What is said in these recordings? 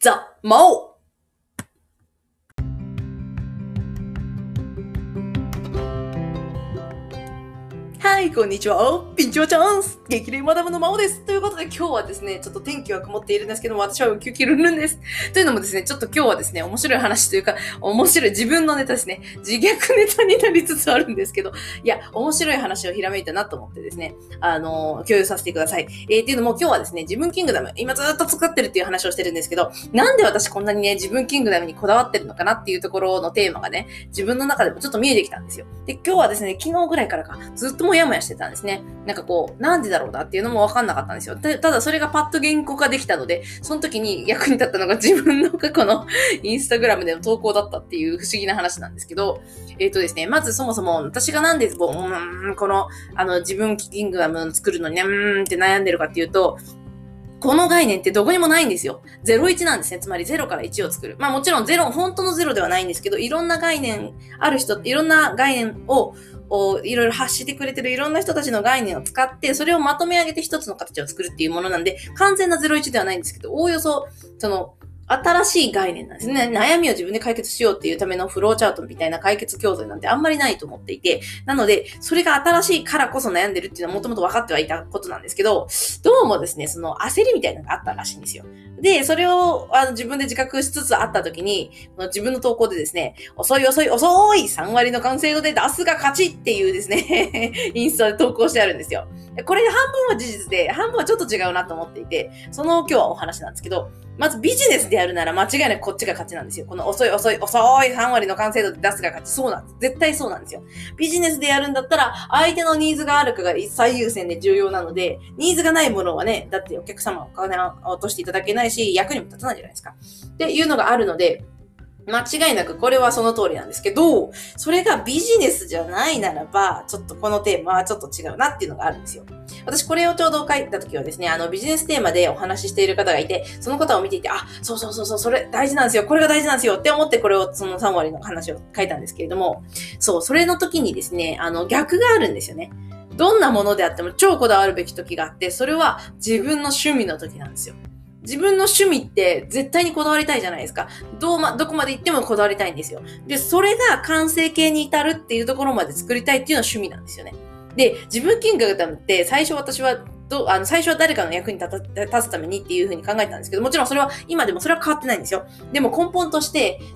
ザ・魔王。はい、こんにちは。ピンチはチャンス。激励マダムの魔王です。ということで今日はですね、ちょっと天気は曇っているんですけども、私はウキウキルンルンです。というのもですね、ちょっと今日はですね、面白い話というか、面白い自分のネタですね。自虐ネタになりつつあるんですけど、いや、面白い話をひらめいたなと思ってですね、共有させてください。っていうのも今日はですね、自分キングダム、今ずっと作ってるっていう話をしてるんですけど、なんで私こんなにね、自分キングダムにこだわってるのかなっていうところのテーマがね、自分の中でもちょっと見えてきたんですよ。で、今日はですね、昨日ぐらいからか、ずっともやもやしてたんですね。なんかこう、なんでだろうなっていうのもわかんなかったんですよ。ただそれがパッと言語化できたので、その時に役に立ったのが自分の過去のインスタグラムでの投稿だったっていう不思議な話なんですけど、ですね、まずそもそも私がなんでこの、自分キングダムを作るのにね、って悩んでるかっていうと、この概念ってどこにもないんですよ。01なんですね。つまり0から1を作る。まあもちろん本当の0ではないんですけど、いろんな概念ある人、いろんな概念をいろいろ発してくれてるいろんな人たちの概念を使って、それをまとめ上げて一つの形を作るっていうものなんで、完全な01ではないんですけど、おおよそ、新しい概念なんですね。悩みを自分で解決しようっていうためのフローチャートみたいな解決教材なんてあんまりないと思っていて、なので、それが新しいからこそ悩んでるっていうのはもともと分かってはいたことなんですけど、どうもですね、その焦りみたいなのがあったらしいんですよ。で、それを自分で自覚しつつあった時に、自分の投稿でですね、遅い3割の完成度で出すが勝ちっていうですね、インスタで投稿してあるんですよ。これ半分は事実で、半分はちょっと違うなと思っていて、その今日はお話なんですけど、まずビジネスでやるなら間違いなくこっちが勝ちなんですよ。この遅い3割の完成度で出すが勝ち。そうなんです。絶対そうなんですよ。ビジネスでやるんだったら、相手のニーズがあるかが最優先で重要なので、ニーズがないものはね、だってお客様お金を落としていただけないし、役にも立たないじゃないですか。っていうのがあるので、間違いなくこれはその通りなんですけど、それがビジネスじゃないならば、ちょっとこのテーマはちょっと違うなっていうのがあるんですよ。私これをちょうど書いた時はですね、ビジネステーマでお話ししている方がいて、その方を見ていて、そう、それ大事なんですよ。これが大事なんですよって思ってこれをその3割の話を書いたんですけれども、そう、それの時にですね、逆があるんですよね。どんなものであっても超こだわるべき時があって、それは自分の趣味の時なんですよ。自分の趣味って絶対にこだわりたいじゃないですか。どこまで行ってもこだわりたいんですよ。で、それが完成形に至るっていうところまで作りたいっていうのは趣味なんですよね。で、自分キングダムって最初私は最初は誰かの役に立つためにっていう風に考えたんですけど、もちろんそれは、今でもそれは変わってないんですよ。でも根本として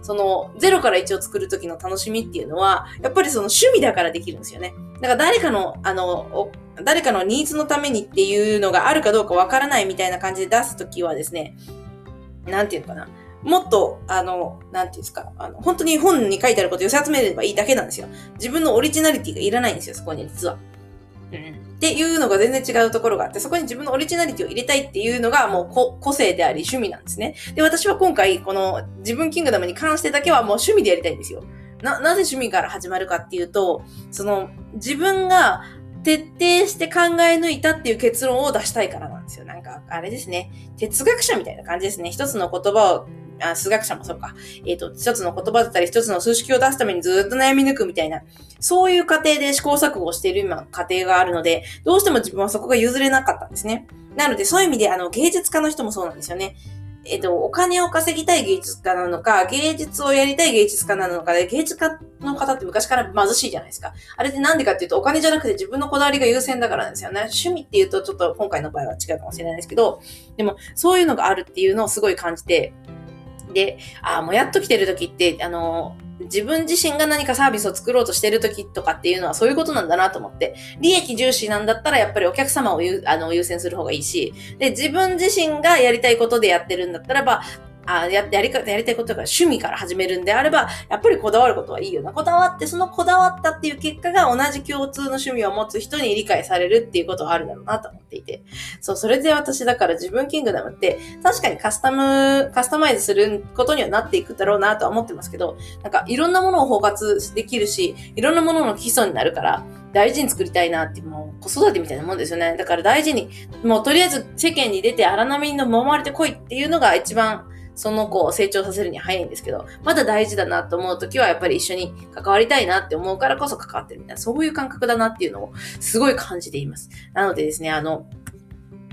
、0から1を作る時の楽しみっていうのは、やっぱりその趣味だからできるんですよね。だから誰かのニーズのためにっていうのがあるかどうかわからないみたいな感じで出すときはですね、なんていうのかな。もっと、なんていうんですか、本当に本に書いてあることを寄せ集めればいいだけなんですよ。自分のオリジナリティがいらないんですよ、そこに実は。っていうのが全然違うところがあって、そこに自分のオリジナリティを入れたいっていうのがもう個性であり趣味なんですね。で、私は今回、この自分キングダムに関してだけはもう趣味でやりたいんですよ。なぜ趣味から始まるかっていうと、自分が徹底して考え抜いたっていう結論を出したいからなんですよ。なんか、あれですね。哲学者みたいな感じですね。一つの言葉を、数学者もそうか。一つの言葉だったり、一つの数式を出すためにずっと悩み抜くみたいな、そういう過程で試行錯誤をしている今、過程があるので、どうしても自分はそこが譲れなかったんですね。なので、そういう意味で、芸術家の人もそうなんですよね。お金を稼ぎたい芸術家なのか、芸術をやりたい芸術家なのかで、芸術家の方って昔から貧しいじゃないですか。あれってなんでかっていうと、お金じゃなくて自分のこだわりが優先だからなんですよね。趣味っていうと、ちょっと今回の場合は違うかもしれないですけど、でも、そういうのがあるっていうのをすごい感じて、で、もうやっと来てる時って、自分自身が何かサービスを作ろうとしてる時とかっていうのはそういうことなんだなと思って、利益重視なんだったらやっぱりお客様を優先する方がいいし、で、自分自身がやりたいことでやってるんだったらば、やりたいことが趣味から始めるんであれば、やっぱりこだわることはいいよな。こだわって、そのこだわったっていう結果が同じ共通の趣味を持つ人に理解されるっていうことはあるだろうなと思っていて。そう、それで私だから自分キングダムって確かにカスタマイズすることにはなっていくだろうなとは思ってますけど、なんかいろんなものを包括できるし、いろんなものの基礎になるから、大事に作りたいなって、もう子育てみたいなもんですよね。だから大事に、もうとりあえず世間に出て荒波に揉まれてこいっていうのが一番その子を成長させるには早いんですけど、まだ大事だなと思うときはやっぱり一緒に関わりたいなって思うからこそ関わってるみたいな、そういう感覚だなっていうのをすごい感じています。なのでですね、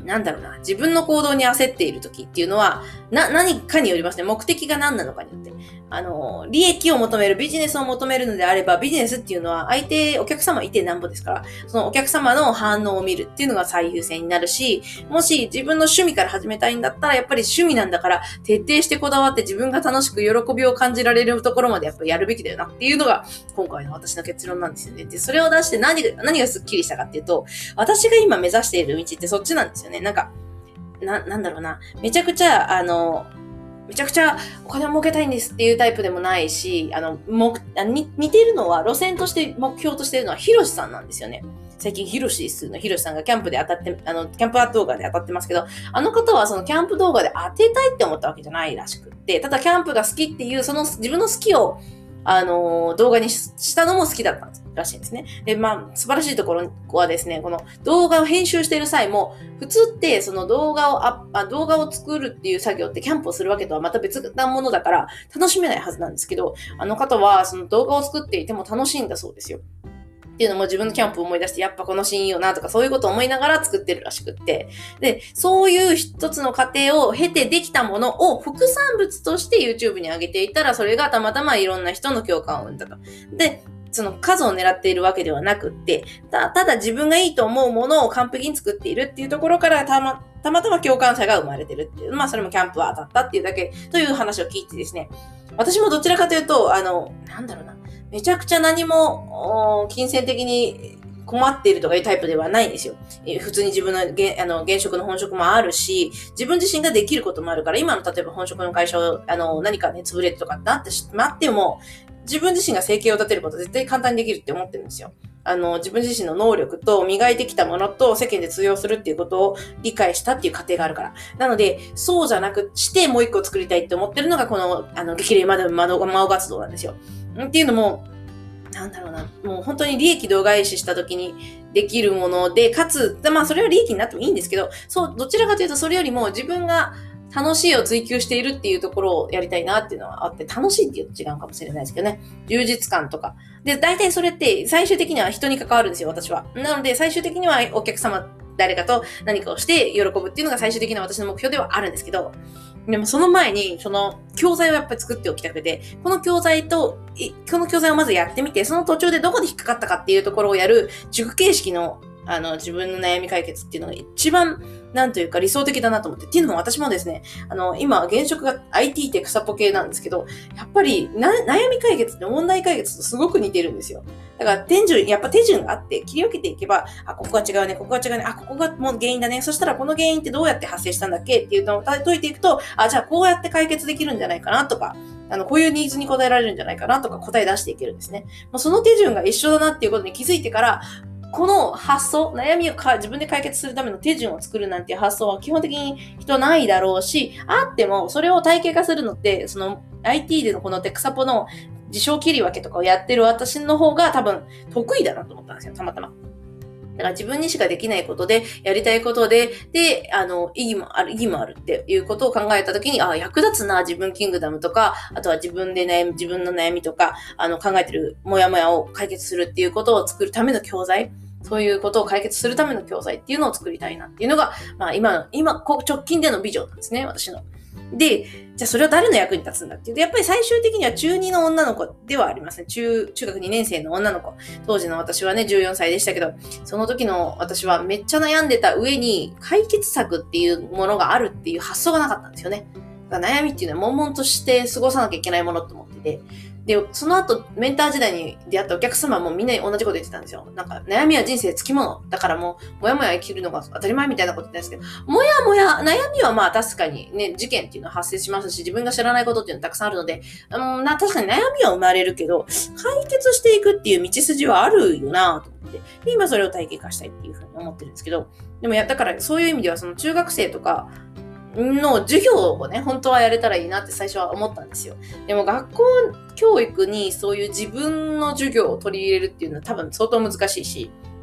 なんだろうな、自分の行動に焦っている時っていうのは、何かによりますね。目的が何なのかによって。利益を求める、ビジネスを求めるのであれば、ビジネスっていうのはお客様いてなんぼですから、そのお客様の反応を見るっていうのが最優先になるし、もし自分の趣味から始めたいんだったら、やっぱり趣味なんだから、徹底してこだわって自分が楽しく喜びを感じられるところまでやっぱりやるべきだよなっていうのが、今回の私の結論なんですよね。で、それを出して何がスッキリしたかっていうと、私が今目指している道ってそっちなんですよね。なんだろうな。めちゃくちゃお金を儲けたいんですっていうタイプでもないし、似ているのは、路線として目標としているのはヒロシさんなんですよね。最近ヒロシさんがキャンプでキャンプ動画で当たってますけど、あの方はそのキャンプ動画で当てたいって思ったわけじゃないらしくって、ただキャンプが好きっていう、その自分の好きを動画にしたのも好きだったらしいんですね。で、素晴らしいところはですね、この動画を編集している際も、普通ってその動画を作るっていう作業ってキャンプをするわけとはまた別なものだから楽しめないはずなんですけど、あの方はその動画を作っていても楽しいんだそうですよ。っていうのも自分のキャンプを思い出して、やっぱこのシーンいいよなとかそういうことを思いながら作ってるらしくって。で、そういう一つの過程を経てできたものを副産物として YouTube に上げていたら、それがたまたまいろんな人の共感を生んだと。で、その数を狙っているわけではなくって、ただ自分がいいと思うものを完璧に作っているっていうところからたまたま共感者が生まれてるっていう。それもキャンプは当たったっていうだけという話を聞いてですね。私もどちらかというと、なんだろうな。めちゃくちゃ何も、金銭的に困っているとかいうタイプではないんですよ。普通に自分の現職の本職もあるし、自分自身ができることもあるから、今の例えば本職の会社を、何かね、潰れるとかってなってしまっても、自分自身が生計を立てることは絶対簡単にできるって思ってるんですよ。自分自身の能力と磨いてきたものと世間で通用するっていうことを理解したっていう過程があるから。なので、そうじゃなくしてもう一個作りたいって思ってるのがこの、激励魔王活動なんですよ。っていうのも、なんだろうな、もう本当に利益度外視した時にできるもので、かつ、それは利益になってもいいんですけど、どちらかというとそれよりも自分が楽しいを追求しているっていうところをやりたいなっていうのはあって、楽しいっていうと違うかもしれないですけどね。充実感とか。で、大体それって最終的には人に関わるんですよ、私は。なので最終的にはお客様誰かと何かをして喜ぶっていうのが最終的な私の目標ではあるんですけど、でもその前に、その教材をやっぱり作っておきたくて、この教材をまずやってみて、その途中でどこで引っかかったかっていうところをやる塾形式の自分の悩み解決っていうのが一番、なんというか理想的だなと思って。っていうのも私もですね、今、現職が IT って草ポ系なんですけど、やっぱり悩み解決って問題解決とすごく似てるんですよ。だからやっぱ手順があって切り分けていけば、ここが違うね、ここが違うね、ここがもう原因だね。そしたらこの原因ってどうやって発生したんだっけっていうのを解いていくと、じゃあこうやって解決できるんじゃないかなとか、こういうニーズに応えられるんじゃないかなとか答え出していけるんですね。もうその手順が一緒だなっていうことに気づいてから、この発想、悩みを自分で解決するための手順を作るなんていう発想は基本的に人ないだろうし、あってもそれを体系化するのって、その IT でのこのテクサポの事象切り分けとかをやってる私の方が多分得意だなと思ったんですよ、たまたま。だから自分にしかできないことで、やりたいことで、意義もあるっていうことを考えたときに、役立つな、自分キングダムとか、あとは自分の悩みとか、考えてるモヤモヤを解決するっていうことを作るための教材、そういうことを解決するための教材っていうのを作りたいなっていうのが、今、直近でのビジョンなんですね、私の。で、じゃあそれは誰の役に立つんだっていうと、やっぱり最終的には中2の女の子ではありません。中学2年生の女の子。当時の私はね、14歳でしたけど、その時の私はめっちゃ悩んでた上に、解決策っていうものがあるっていう発想がなかったんですよね。だから悩みっていうのは悶々として過ごさなきゃいけないものと思ってて、で、その後、メンター時代に出会ったお客様もみんな同じこと言ってたんですよ。なんか、悩みは人生つきもの。だからもう、もやもや生きるのが当たり前みたいなこと言ってたんですけど、もやもや、悩みは確かにね、事件っていうのは発生しますし、自分が知らないことっていうのはたくさんあるので、確かに悩みは生まれるけど、解決していくっていう道筋はあるよなと思って、で、今それを体系化したいっていうふうに思ってるんですけど、でもだからそういう意味ではその中学生とか、の授業をね、本当はやれたらいいなって最初は思ったんですよ。でも学校教育にそういう自分の授業を取り入れるっていうのは多分相当難しいし、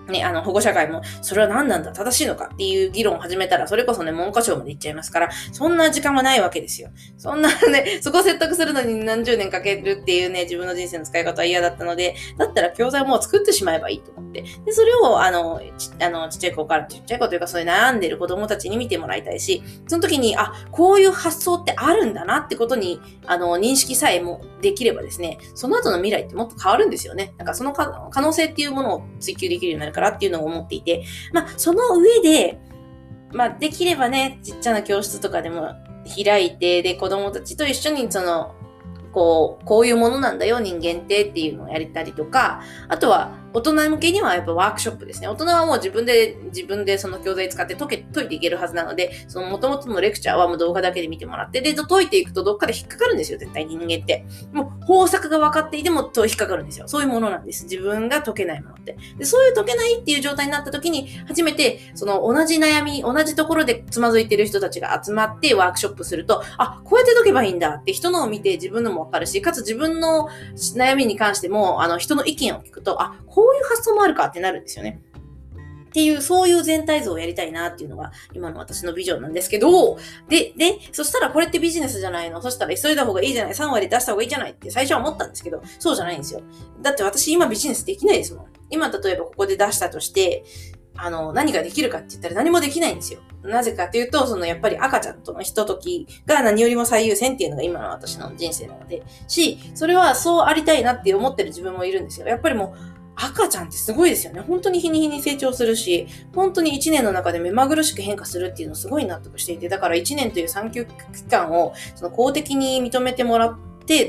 ね、保護者会も、それは何なんだ、正しいのかっていう議論を始めたら、それこそね、文科省まで行っちゃいますから、そんな時間はないわけですよ。そんなね、そこを説得するのに何十年かけるっていうね、自分の人生の使い方は嫌だったので、だったら教材をもう作ってしまえばいいと思って。で、それを、ちっちゃい子からちっちゃい子というか、そういう悩んでる子供たちに見てもらいたいし、その時に、こういう発想ってあるんだなってことに、認識さえもできればですね、その後の未来ってもっと変わるんですよね。なんかその可能性っていうものを追求できるようになるからっていうのを思っていて、その上で、できればね、ちっちゃな教室とかでも開いて、で、子供たちと一緒にこういうものなんだよ、人間っていうのをやりたりとか、あとは、大人向けにはやっぱワークショップですね。大人はもう自分でその教材使って解いていけるはずなので、その元々のレクチャーはもう動画だけで見てもらって、で、解いていくとどっかで引っかかるんですよ、絶対人間って。もう方策が分かっていても引っかかるんですよ。そういうものなんです。自分が解けないものって。で、そういう解けないっていう状態になった時に、初めて、その同じ悩み、同じところでつまずいてる人たちが集まってワークショップすると、こうやって解けばいいんだって人のを見て自分のも分かるし、かつ自分の悩みに関しても、人の意見を聞くと、こういう発想もあるかってなるんですよね。っていう、そういう全体像をやりたいなっていうのが今の私のビジョンなんですけど、で、そしたらこれってビジネスじゃないの？そしたら急いだ方がいいじゃない？ 3 割出した方がいいじゃないって最初は思ったんですけど、そうじゃないんですよ。だって私今ビジネスできないですもん。今例えばここで出したとして、何ができるかって言ったら何もできないんですよ。なぜかというと、やっぱり赤ちゃんとのひとときが何よりも最優先っていうのが今の私の人生なので、それはそうありたいなって思ってる自分もいるんですよ。やっぱりもう、赤ちゃんってすごいですよね。本当に日に日に成長するし、本当に1年の中で目まぐるしく変化するっていうのをすごい納得していて、だから1年という産休期間を公的に認めてもらって、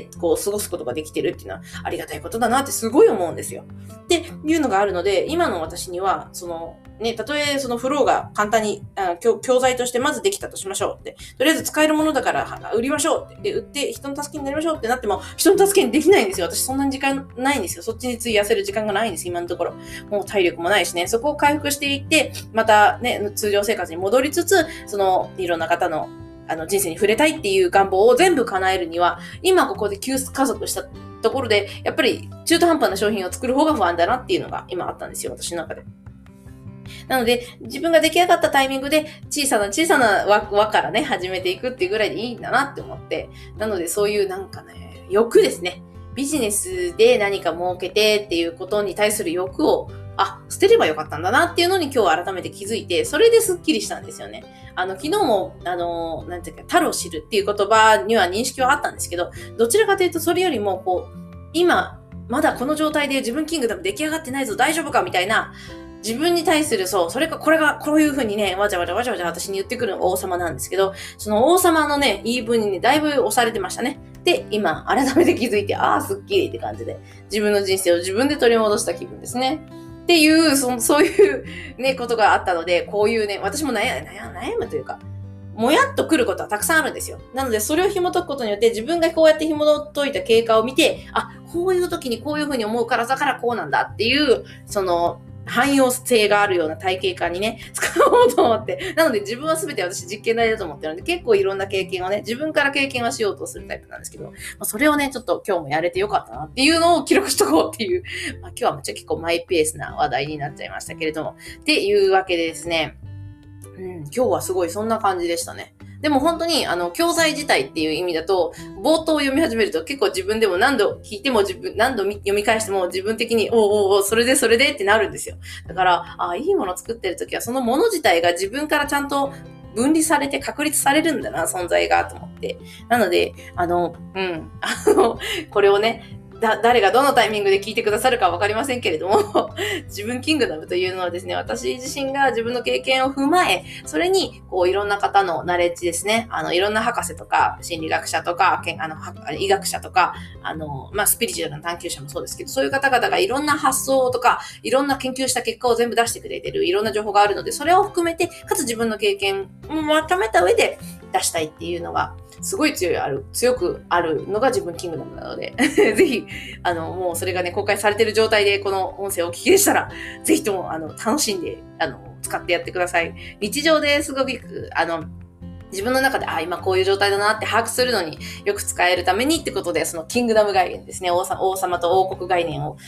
過ごすことができてるっていうのはありがたいことだなってすごい思うんですよ。っていうのがあるので、今の私には、たとえフローが簡単に教材としてまずできたとしましょうって、とりあえず使えるものだから売りましょうって、で、売って人の助けになりましょうってなっても、人の助けにできないんですよ。私そんなに時間ないんですよ。そっちに費やせる時間がないんです、今のところ。もう体力もないしね、そこを回復していって、またね、通常生活に戻りつつ、いろんな方の人生に触れたいっていう願望を全部叶えるには、今ここで急加速したところで、やっぱり中途半端な商品を作る方が不安だなっていうのが今あったんですよ、私の中で。なので、自分が出来上がったタイミングで、小さな輪からね、始めていくっていうぐらいでいいんだなって思って。なので、そういう欲ですね。ビジネスで何か儲けてっていうことに対する欲を、捨てればよかったんだなっていうのに今日改めて気づいて、それでスッキリしたんですよね。昨日も、他路を知るっていう言葉には認識はあったんですけど、どちらかというとそれよりも、今、まだこの状態で自分キングダム出来上がってないぞ、大丈夫かみたいな、自分に対する、これがこういう風にね、わちゃわちゃ私に言ってくる王様なんですけど、その王様のね、言い分にね、だいぶ押されてましたね。で、今、改めて気づいて、すっきりって感じで、自分の人生を自分で取り戻した気分ですね。っていう、そういうね、ことがあったので、こういうね、私も悩むというか、もやっと来ることはたくさんあるんですよ。なので、それを紐解くことによって、自分がこうやって紐解いた経過を見て、こういう時にこういうふうに思うからだからこうなんだっていう、汎用性があるような体系化にね、使おうと思って。なので自分は全て私実験台だと思ってるので、結構いろんな経験をね、自分から経験はしようとするタイプなんですけど、それをね、ちょっと今日もやれてよかったなっていうのを記録しとこうっていう、今日は結構マイペースな話題になっちゃいましたけれども、っていうわけでですね、今日はすごいそんな感じでしたね。でも本当に、教材自体っていう意味だと、冒頭を読み始めると結構自分でも何度聞いても何度読み返しても自分的に、それでってなるんですよ。だから、いいものを作ってるときはそのもの自体が自分からちゃんと分離されて確立されるんだな、存在が、と思って。なので、これをね、誰がどのタイミングで聞いてくださるかわかりませんけれども自分キングダムというのはですね、私自身が自分の経験を踏まえ、それにいろんな方のナレッジですね、いろんな博士とか心理学者とか医学者とかスピリチュアルな探求者もそうですけど、そういう方々がいろんな発想とかいろんな研究した結果を全部出してくれてるいろんな情報があるので、それを含めてかつ自分の経験をまとめた上で出したいっていうのがすごい強くあるのが自分キングダムなのでぜひもうそれがね公開されている状態でこの音声をお聞きでしたら、ぜひとも楽しんで使ってやってください。日常ですごく自分の中で今こういう状態だなって把握するのによく使えるためにってことで、そのキングダム概念ですね、王様と王国概念を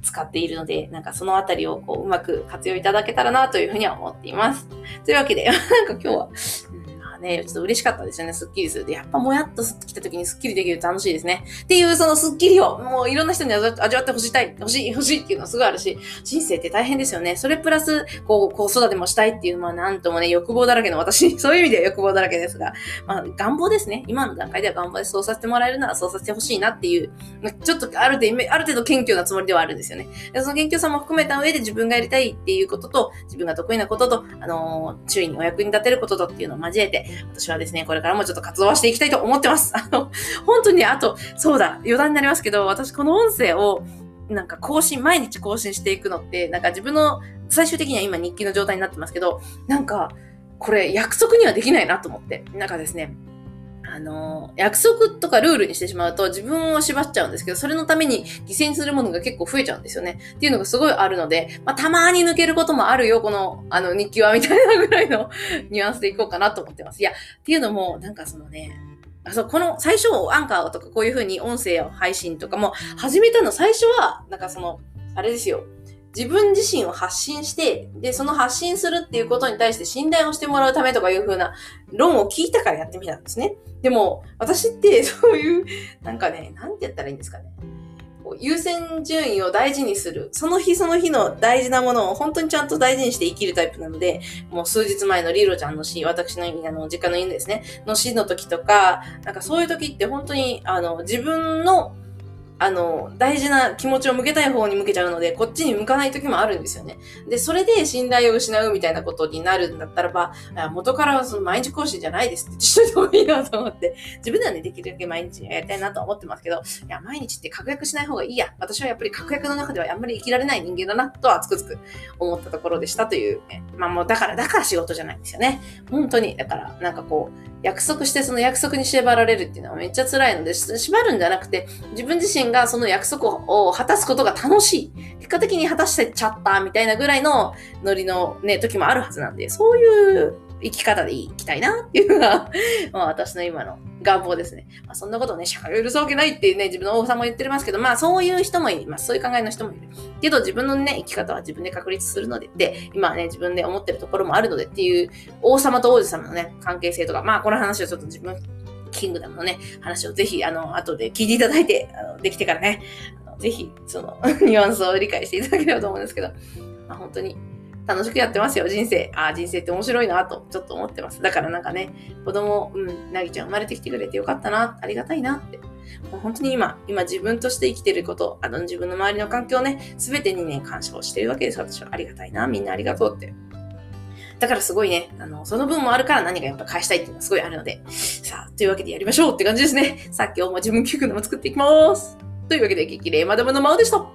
使っているので、なんかそのあたりをこううまく活用いただけたらなというふうには思っています。というわけで、なんか今日は、ちょっと嬉しかったですよね、スッキリする。で、やっぱもやっと来た時にスッキリできると楽しいですね。っていう、そのスッキリを、もういろんな人に味わってほしいっていうのはすごいあるし、人生って大変ですよね。それプラス、こう、子育てもしたいっていうのはなんともね、欲望だらけの私、そういう意味では欲望だらけですが、願望ですね。今の段階では願望でそうさせてもらえるならそうさせてほしいなっていう、ちょっとある程度謙虚なつもりではあるんですよね。でその謙虚さも含めた上で自分がやりたいっていうことと、自分が得意なことと、周囲にお役に立てることとっていうのを交えて、私はですね、これからもちょっと活動はしていきたいと思ってます。本当にそうだ、余談になりますけど、私この音声を、なんか毎日更新していくのって、なんか自分の、最終的には今日記の状態になってますけど、なんか、これ約束にはできないなと思って。なんかですね、約束とかルールにしてしまうと自分を縛っちゃうんですけど、それのために犠牲にするものが結構増えちゃうんですよね。っていうのがすごいあるので、たまに抜けることもあるよ、この、日記は、みたいなぐらいのニュアンスでいこうかなと思ってます。いや、っていうのも、なんかこの最初、アンカーとかこういう風に音声配信とかも始めたの最初は、なんかあれですよ。自分自身を発信して、で、その発信するっていうことに対して信頼をしてもらうためとかいう風な論を聞いたからやってみたんですね。でも、私ってそういう、なんかね、なんて言ったらいいんですかね。優先順位を大事にする。その日その日の大事なものを本当にちゃんと大事にして生きるタイプなので、もう数日前のリロちゃんの死、私の実家の犬ですね、の死の時とか、なんかそういう時って本当に、自分の大事な気持ちを向けたい方に向けちゃうので、こっちに向かない時もあるんですよね。で、それで信頼を失うみたいなことになるんだったらば、元からは毎日更新じゃないですって言ってしといた方がいいなと思って、自分ではね、できるだけ毎日やりたいなと思ってますけど、毎日って確約しない方がいいや。私はやっぱり確約の中ではあんまり生きられない人間だなとはつくづく思ったところでしたという、ね。もうだから仕事じゃないんですよね。本当に。だから、なんか約束してその約束に縛られるっていうのはめっちゃ辛いので、縛るんじゃなくて、自分自身がその約束を果たすことが楽しい。結果的に果たしてちゃったみたいなぐらいのノリのね、時もあるはずなんで、そういう生き方で生きたいなっていうのが、私の今の願望ですね。そんなことをね、社会を許すわけないっていうね、自分の王さんも言ってますけど、そういう人もいます。そういう考えの人もいる。けど自分のね、生き方は自分で確立するので、今はね、自分で思ってるところもあるのでっていう、王様と王子様のね、関係性とか、この話をちょっと自分、キングダムのね、話をぜひ、後で聞いていただいて、できてからね、ぜひ、ニュアンスを理解していただければと思うんですけど、本当に、楽しくやってますよ、人生。人生って面白いなと、ちょっと思ってます。だからなんかね、子供、なぎちゃん生まれてきてくれてよかったな、ありがたいなって。もう本当に今自分として生きてること、自分の周りの環境ね、すべてにね、感謝をしているわけです。私はありがたいな、みんなありがとうって。だからすごいね、その分もあるから何かやっぱ返したいっていうのはすごいあるので、さあ、というわけでやりましょうって感じですね。さあ、今日も自分教育のも作っていきます。というわけで、激励マダムのまおでした。